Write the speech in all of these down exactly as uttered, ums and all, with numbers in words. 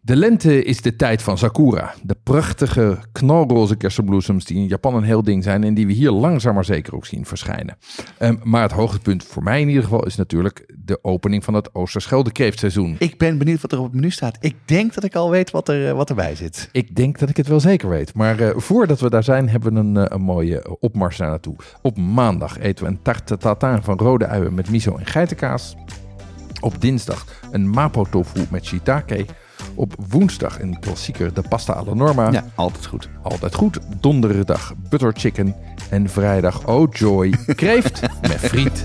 De lente is de tijd van Sakura. De prachtige knalroze kersenbloesems die in Japan een heel ding zijn en die we hier langzaam maar zeker ook zien verschijnen. Um, maar het hoogtepunt voor mij in ieder geval is natuurlijk de opening van het Oosterschelde kreeftseizoen. Ik ben benieuwd wat er op het menu staat. Ik denk dat ik al weet wat, er, wat erbij zit. Ik denk dat ik het wel zeker weet. Maar uh, voordat we daar zijn hebben we een, uh, een mooie opmars daar naartoe. Op maandag eten we een tarte tatin van rode uien met miso en geitenkaas. Op dinsdag een mapo tofu met shiitake. Op woensdag een klassieker, de pasta alla norma. Ja, altijd goed. Altijd goed. Donderdag butter chicken. En vrijdag, oh joy, kreeft met friet.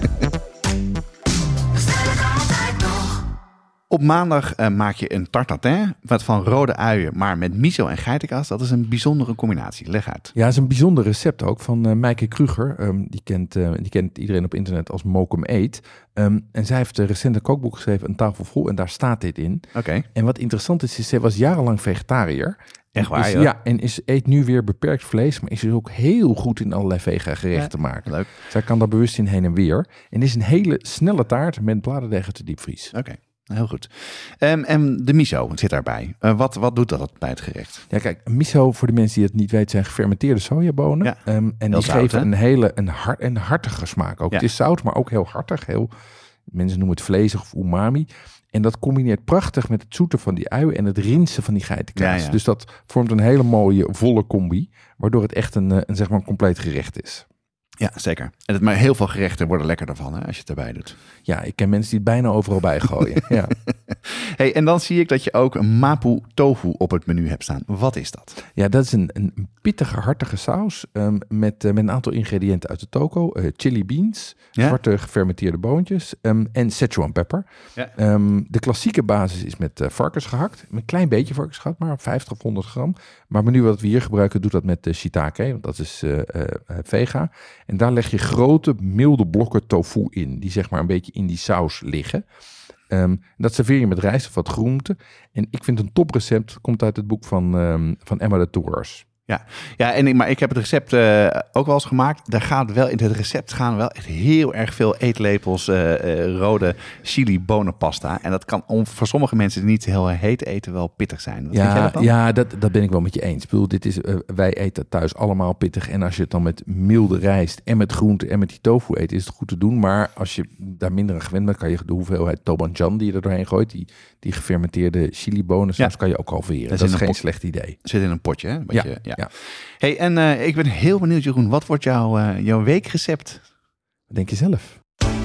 Op maandag uh, maak je een tarte tatin wat van rode uien, maar met miso en geitenkaas. Dat is een bijzondere combinatie. Leg uit. Ja, het is een bijzonder recept ook van uh, Meike Kruger. Um, die, kent, uh, die kent iedereen op internet als Mokum Eet. Um, en zij heeft een recente kookboek geschreven, Een tafel vol, en daar staat dit in. Oké. Okay. En wat interessant is, is zij was jarenlang vegetariër. Echt waar, is, ja? Ja, en is, eet nu weer beperkt vlees, maar is dus ook heel goed in allerlei vega gerechten ja, maken. Leuk. Zij kan daar bewust in heen en weer. En is een hele snelle taart met bladerdeeg uit de diepvries. Oké. Okay. Heel goed. Um, en de miso zit daarbij. Uh, wat, wat doet dat bij het gerecht? Ja, kijk, miso, voor de mensen die het niet weten, zijn gefermenteerde sojabonen. Ja, um, en die zout, geven hè? een hele een hart, een hartige smaak ook. Ja. Het is zout, maar ook heel hartig. Heel, mensen noemen het vlezig of umami. En dat combineert prachtig met het zoete van die uien en het rinsen van die geitenkaas. Ja, ja. Dus dat vormt een hele mooie, volle combi, waardoor het echt een, een, zeg maar een compleet gerecht is. Ja, zeker. En het, maar heel veel gerechten worden lekker ervan, hè, als je het erbij doet. Ja, ik ken mensen die het bijna overal bij gooien. Ja. Hey, en dan zie ik dat je ook een mapo tofu op het menu hebt staan. Wat is dat? Ja, dat is een, een pittige, hartige saus um, met, uh, met een aantal ingrediënten uit de toko. Uh, chili beans, ja? zwarte gefermenteerde boontjes um, en Szechuan pepper. Ja. Um, de klassieke basis is met uh, varkens gehakt. Een klein beetje varkens gehakt, maar vijftig of honderd gram. Maar het menu wat we hier gebruiken doet dat met uh, shiitake, want dat is uh, uh, vega. En daar leg je grote, milde blokken tofu in, die zeg maar een beetje in die saus liggen. Um, dat serveer je met rijst of wat groenten. En ik vind een toprecept, komt uit het boek van, um, van Emma de Tours. Ja, ja en, maar ik heb het recept uh, ook wel eens gemaakt. Daar gaat wel, in het recept gaan wel echt heel erg veel eetlepels uh, uh, rode chili bonenpasta. En dat kan om, voor sommige mensen die niet heel heet eten wel pittig zijn. Wat ja, vind jij dat dan? Ja, dat, dat ben ik wel met je eens. Ik bedoel, dit is, uh, wij eten thuis allemaal pittig. En als je het dan met milde rijst en met groenten en met die tofu eet, is het goed te doen. Maar als je daar minder aan gewend bent, kan je de hoeveelheid tobanjan die je er doorheen gooit, die, die gefermenteerde chili bonen, ja. kan je ook halveren. Dat, dat is geen pot, slecht idee. Zit in een potje, hè? Wat ja, je, ja. ja. Hey, en uh, ik ben heel benieuwd, Jeroen, wat wordt jouw, uh, jouw weekrecept? Wat denk je zelf?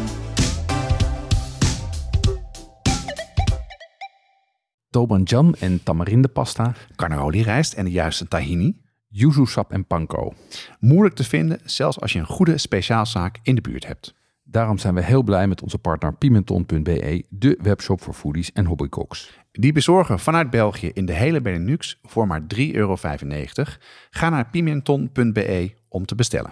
Tobanjan en tamarindepasta, carnaroli rijst en de juiste tahini, yuzu sap en panko. Moeilijk te vinden, zelfs als je een goede speciaalzaak in de buurt hebt. Daarom zijn we heel blij met onze partner Pimenton punt b e, de webshop voor foodies en hobbycooks. Die bezorgen vanuit België in de hele Benelux voor maar drie euro vijfennegentig. Ga naar pimenton punt b e om te bestellen.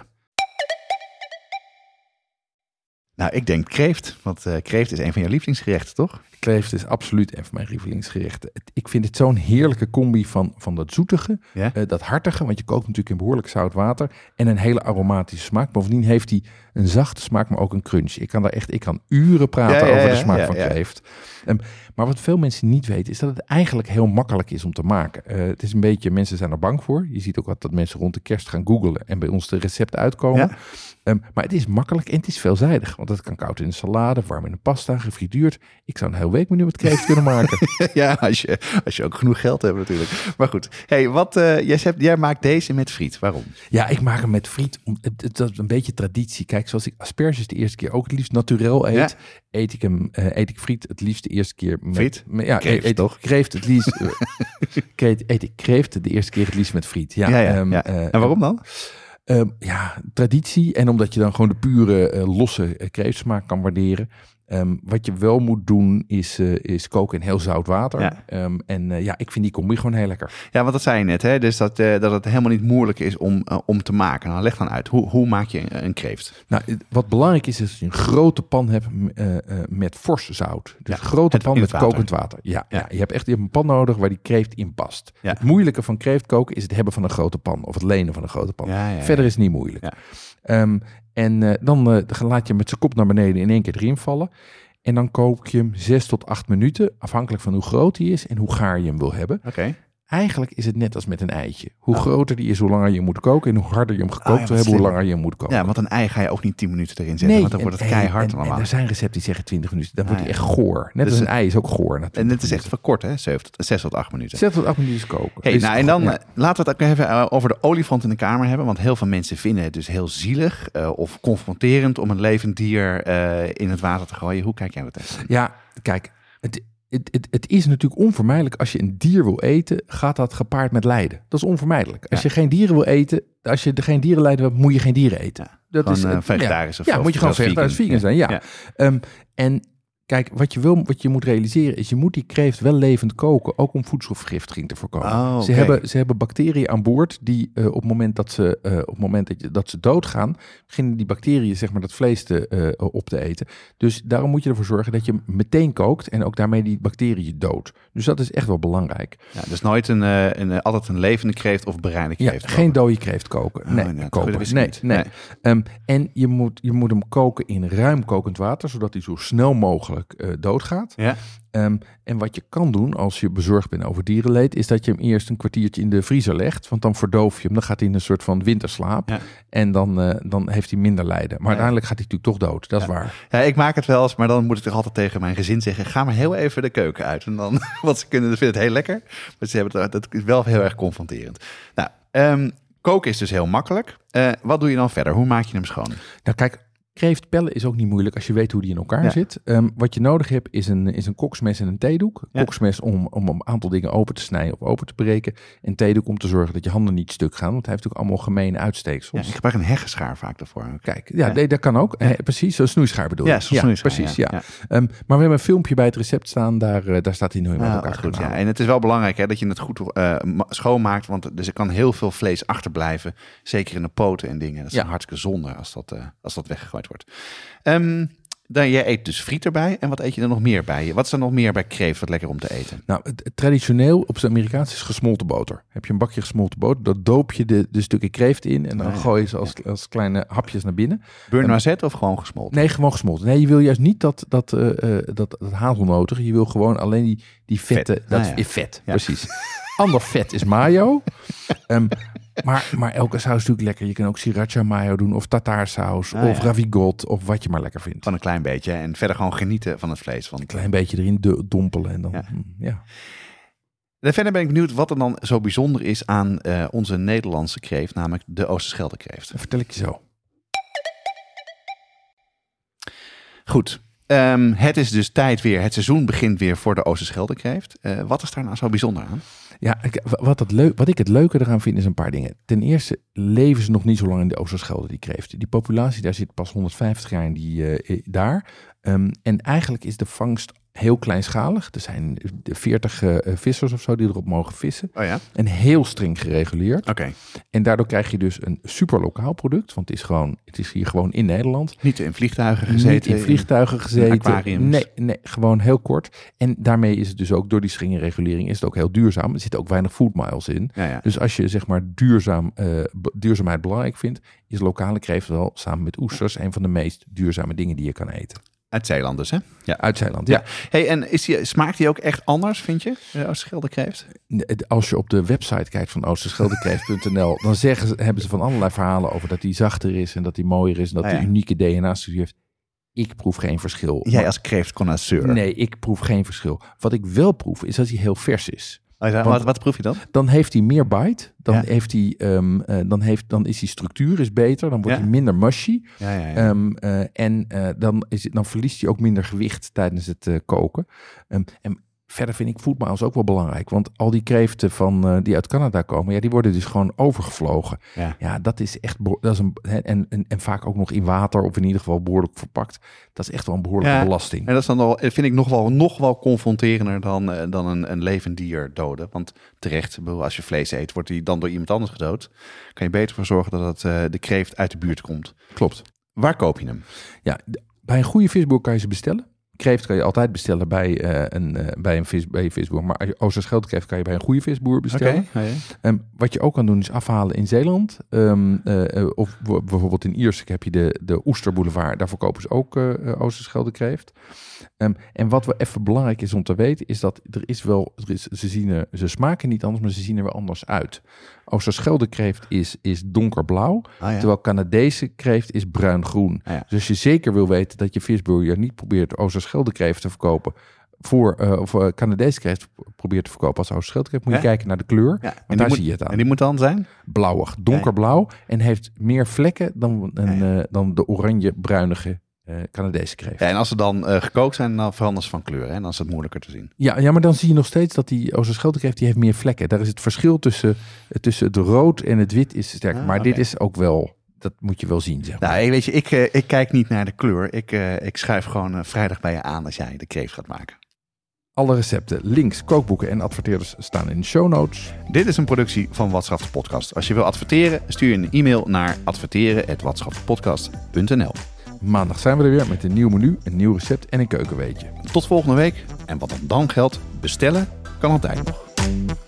Nou, ik denk kreeft, want uh, kreeft is een van jouw lievelingsgerechten, toch? Kreeft is absoluut een van mijn lievelingsgerechten. Ik vind het zo'n heerlijke combi van, van dat zoetige, ja? uh, dat hartige, want je kookt natuurlijk in behoorlijk zout water, en een hele aromatische smaak. Bovendien heeft hij een zachte smaak, maar ook een crunch. Ik kan daar echt, ik kan uren praten ja, ja, ja, over de smaak ja, van ja. kreeft. Um, maar wat veel mensen niet weten, is dat het eigenlijk heel makkelijk is om te maken. Uh, het is een beetje, mensen zijn er bang voor. Je ziet ook wat dat mensen rond de kerst gaan googlen en bij ons de recepten uitkomen. Ja? Um, maar het is makkelijk en het is veelzijdig. Want het kan koud in een salade, warm in een pasta, gefrituurd. Ik zou een heel weekmenu met kreeft kunnen maken. Ja, als je, als je ook genoeg geld hebt natuurlijk. Maar goed, hey, wat, uh, jij, hebt, jij maakt deze met friet. Waarom? Ja, ik maak hem met friet. Dat is een beetje traditie. Kijk, zoals ik asperges de eerste keer ook het liefst naturel eet, ja. eet ik hem, uh, eet ik friet het liefst de eerste keer met friet. Met, ja, kreeft, eet, toch? Kreeft het liefst. uh, eet, eet ik kreeft de eerste keer het liefst met friet. Ja, ja, ja, um, ja. Uh, en waarom dan? Uh, ja, traditie. En omdat je dan gewoon de pure uh, losse uh, kreeftsmaak kan waarderen. Um, wat je wel moet doen is, uh, is koken in heel zout water. Ja. Um, en uh, ja, ik vind die combi gewoon heel lekker. Ja, want dat zei je net, hè? Dus dat, uh, dat het helemaal niet moeilijk is om, uh, om te maken. Nou, leg dan uit. Hoe, hoe maak je een, een kreeft? Nou, wat belangrijk is, is dat je een grote pan hebt uh, uh, met fors zout. Dus ja, een grote pan met water. kokend water. Ja, ja. ja, je hebt echt je hebt een pan nodig waar die kreeft in past. Ja. Het moeilijke van kreeft koken is het hebben van een grote pan. Of het lenen van een grote pan. Ja, ja, ja. Verder is het niet moeilijk. Ja. Um, en uh, dan uh, laat je met zijn kop naar beneden in één keer erin vallen. En dan kook je hem zes tot acht minuten, afhankelijk van hoe groot hij is en hoe gaar je hem wil hebben. Oké. Okay. Eigenlijk is het net als met een eitje. Hoe oh. groter die is, hoe langer je moet koken. En hoe harder je hem gekookt oh, wil hebben, hoe langer je hem moet koken. Ja, want een ei ga je ook niet tien minuten erin zetten. Nee, want dan wordt het keihard en, allemaal. En er zijn recepten die zeggen twintig minuten. Dan wordt hij ah, ja. echt goor. Net dus als een ei is ook goor. En het is echt verkort, hè? zes tot acht minuten. zes tot acht minuten koken. Hey, dus nou, en dan ja. laten we het ook even over de olifant in de kamer hebben. Want heel veel mensen vinden het dus heel zielig uh, of confronterend om een levend dier uh, in het water te gooien. Hoe kijk jij dat tegen? Ja, kijk, het... Het, het, het is natuurlijk onvermijdelijk. Als je een dier wil eten, gaat dat gepaard met lijden. Dat is onvermijdelijk. Als ja. je geen dieren wil eten, als je er geen dierenlijden hebt, moet je geen dieren eten. Ja, dat gewoon, is uh, vegetarisch ja, of ja, moet je gewoon vegetarisch vegan, vegan zijn. Ja. ja. Um, en kijk, wat je wil, wat je moet realiseren is, je moet die kreeft wel levend koken, ook om voedselvergiftiging te voorkomen. Oh, okay. Ze hebben, ze hebben bacteriën aan boord die uh, op het moment dat ze, uh, op het moment dat, je, dat ze doodgaan, beginnen die bacteriën zeg maar dat vlees te, uh, op te eten. Dus daarom moet je ervoor zorgen dat je meteen kookt en ook daarmee die bacteriën doodt. Dus dat is echt wel belangrijk. Ja, dus nooit een, uh, een altijd een levende kreeft of bereide kreeft. Ja, geen dode kreeft koken. Nee, oh, nee, kopen. nee, nee. nee. Um, en je moet, je moet hem koken in ruim kokend water, zodat hij zo snel mogelijk uh, doodgaat. Ja. Um, en wat je kan doen als je bezorgd bent over dierenleed, is dat je hem eerst een kwartiertje in de vriezer legt. Want dan verdoof je hem. Dan gaat hij in een soort van winterslaap. Ja. En dan, uh, dan heeft hij minder lijden. Maar ja. uiteindelijk gaat hij natuurlijk toch dood. Dat ja. is waar. Ja, ik maak het wel eens, maar dan moet ik toch altijd tegen mijn gezin zeggen, ga maar heel even de keuken uit. En dan, want ze kunnen, vinden het heel lekker. Maar ze hebben het, dat is wel heel erg confronterend. Nou, um, koken is dus heel makkelijk. Uh, wat doe je dan verder? Hoe maak je hem schoon? Nou kijk, kreeft pellen is ook niet moeilijk als je weet hoe die in elkaar ja. zit. Um, wat je nodig hebt is een, is een koksmes en een theedoek. Een ja. koksmes om, om een aantal dingen open te snijden of open te breken. En theedoek om te zorgen dat je handen niet stuk gaan. Want hij heeft natuurlijk allemaal gemene uitsteeksels. Ja, ik gebruik een heggenschaar vaak daarvoor. Kijk, ja, ja. Nee, dat kan ook. Ja. He, precies, zo'n snoeischaar bedoel je. Ja, zo'n snoeischaar. Ja, precies, ja. ja. ja. Um, maar we hebben een filmpje bij het recept staan. Daar, uh, daar staat hij nu in nou, elkaar goed. Ja. En het is wel belangrijk hè, dat je het goed uh, schoonmaakt. Want dus er kan heel veel vlees achterblijven. Zeker in de poten en dingen. Dat is ja. hartstikke zonde als dat, uh, als dat weggegooid wordt. Um, dan, jij eet dus friet erbij. En wat eet je er nog meer bij? Wat is er nog meer bij kreeft wat lekker om te eten? Nou, het, het traditioneel op zijn Amerikaans is gesmolten boter. Heb je een bakje gesmolten boter, dat doop je de, de stukken kreeft in. En dan oh, ja. gooi je ze als, ja. als kleine hapjes naar binnen. Beurre noisette of gewoon gesmolten? Nee, gewoon gesmolten. Nee, je wil juist niet dat, dat, uh, uh, dat, dat hazelnotige. Je wil gewoon alleen die, die vette. Vet. Dat ah, ja. is vet, ja. precies. Ander vet is mayo. Um, Maar, maar elke saus is natuurlijk lekker. Je kan ook sriracha mayo doen of tartaarsaus ah, of ja. ravigot of wat je maar lekker vindt. Van een klein beetje en verder gewoon genieten van het vlees. Want... Een klein beetje erin dompelen en dan, ja. ja. En verder ben ik benieuwd wat er dan zo bijzonder is aan uh, onze Nederlandse kreeft, namelijk de Oosterscheldekreeft. Dat vertel ik je zo. Goed. Um, het is dus tijd weer, het seizoen begint weer voor de Oosterscheldekreeft. Uh, wat is daar nou zo bijzonder aan? Ja, wat, het leuk, wat ik het leuke eraan vind is een paar dingen. Ten eerste leven ze nog niet zo lang in de Oosterschelde, die kreeft. Die populatie daar zit pas honderdvijftig jaar in die, uh, daar. Um, en eigenlijk is de vangst heel kleinschalig. Er zijn veertig uh, vissers of zo die erop mogen vissen. Oh ja? En heel streng gereguleerd. Oké. Okay. En daardoor krijg je dus een super lokaal product. Want het is, gewoon, het is hier gewoon in Nederland. Niet in vliegtuigen gezeten. Niet in vliegtuigen gezeten. In aquariums. Nee, nee, gewoon heel kort. En daarmee is het dus ook door die strenge regulering is het ook heel duurzaam. Er zitten ook weinig food miles in. Ja, ja. Dus als je zeg maar duurzaam, uh, duurzaamheid belangrijk vindt, is lokale kreeft wel samen met oesters een van de meest duurzame dingen die je kan eten. Uit Zeeland dus, hè? Ja, uit Zeeland, ja. ja. Hey, en is die, smaakt die ook echt anders, vind je, de Oosterscheldekreeft? Als je op de website kijkt van oosterscheldekreeft punt n l, dan zeggen ze, hebben ze van allerlei verhalen over dat die zachter is en dat die mooier is en dat ah, ja. die unieke D N A-studie heeft. Ik proef geen verschil. Jij maar, als kreeftconnoisseur? Nee, ik proef geen verschil. Wat ik wel proef, is dat hij heel vers is. Oh, ja, wat, wat proef je dan? Dan heeft hij meer bite. Dan, ja. heeft hij, um, uh, dan, heeft, dan is die structuur is beter. Dan wordt ja. hij minder mushy. Ja, ja, ja. Um, uh, en uh, dan, is het, dan verliest hij ook minder gewicht tijdens het uh, koken. Um, en verder vind ik food miles ook wel belangrijk. Want al die kreeften van, uh, die uit Canada komen, ja, die worden dus gewoon overgevlogen. Ja, ja dat is echt... Dat is een, en, en, en vaak ook nog in water of in ieder geval behoorlijk verpakt. Dat is echt wel een behoorlijke ja, belasting. En dat is dan al, vind ik nog wel, nog wel confronterender dan, uh, dan een, een levend dier doden. Want terecht, als je vlees eet, wordt die dan door iemand anders gedood. Kan je beter voor zorgen dat het, uh, de kreeft uit de buurt komt. Klopt. Waar koop je hem? Ja, bij een goede visboer kan je ze bestellen. kreeft kan je altijd bestellen bij, uh, een, uh, bij, een vis, bij een visboer. Maar als je Oosterschelde kreeft kan je bij een goede visboer bestellen. Okay, okay. Um, wat je ook kan doen is afhalen in Zeeland. Um, uh, of w- bijvoorbeeld in Ierseke heb je de, de Oesterboulevard. Daar verkopen ze ook uh, Oosterschelde kreeft. Um, en wat wel even belangrijk is om te weten, is dat er is wel, er is, ze, zien er, ze smaken niet anders, maar ze zien er wel anders uit. Oosterschelde kreeft is, is donkerblauw, ah, ja. terwijl Canadese kreeft is bruin-groen. Ah, ja. Dus als je zeker wil weten dat je visboer niet probeert Oosterschelde kreeft te verkopen, voor uh, of uh, Canadese kreeft probeert te verkopen als Oosterschelde kreeft, moet je ja? kijken naar de kleur. Ja. Want daar moet, zie je het aan. En die moet dan zijn? Blauwig, donkerblauw en heeft meer vlekken dan, een, ja, ja. Uh, dan de oranje-bruinige Uh, Canadese kreeft. Ja, en als ze dan uh, gekookt zijn, dan veranderen ze van kleur. Hè? Dan is het moeilijker te zien. Ja, ja, maar dan zie je nog steeds dat die Oosterschelde kreeft, die heeft meer vlekken. Daar is het verschil tussen, tussen het rood en het wit is sterker. Ah, maar okay. dit is ook wel, dat moet je wel zien, zeg maar. Nou, weet je, ik, uh, ik kijk niet naar de kleur. Ik, uh, ik schuif gewoon uh, vrijdag bij je aan als jij de kreeft gaat maken. Alle recepten, links, kookboeken en adverteerders staan in de show notes. Dit is een productie van Watschaft de Podcast. Als je wil adverteren, stuur je een e-mail naar adverteren at watschaftpodcast punt n l. Maandag zijn we er weer met een nieuw menu, een nieuw recept en een keukenweetje. Tot volgende week. En wat dan dan geldt, bestellen kan altijd nog.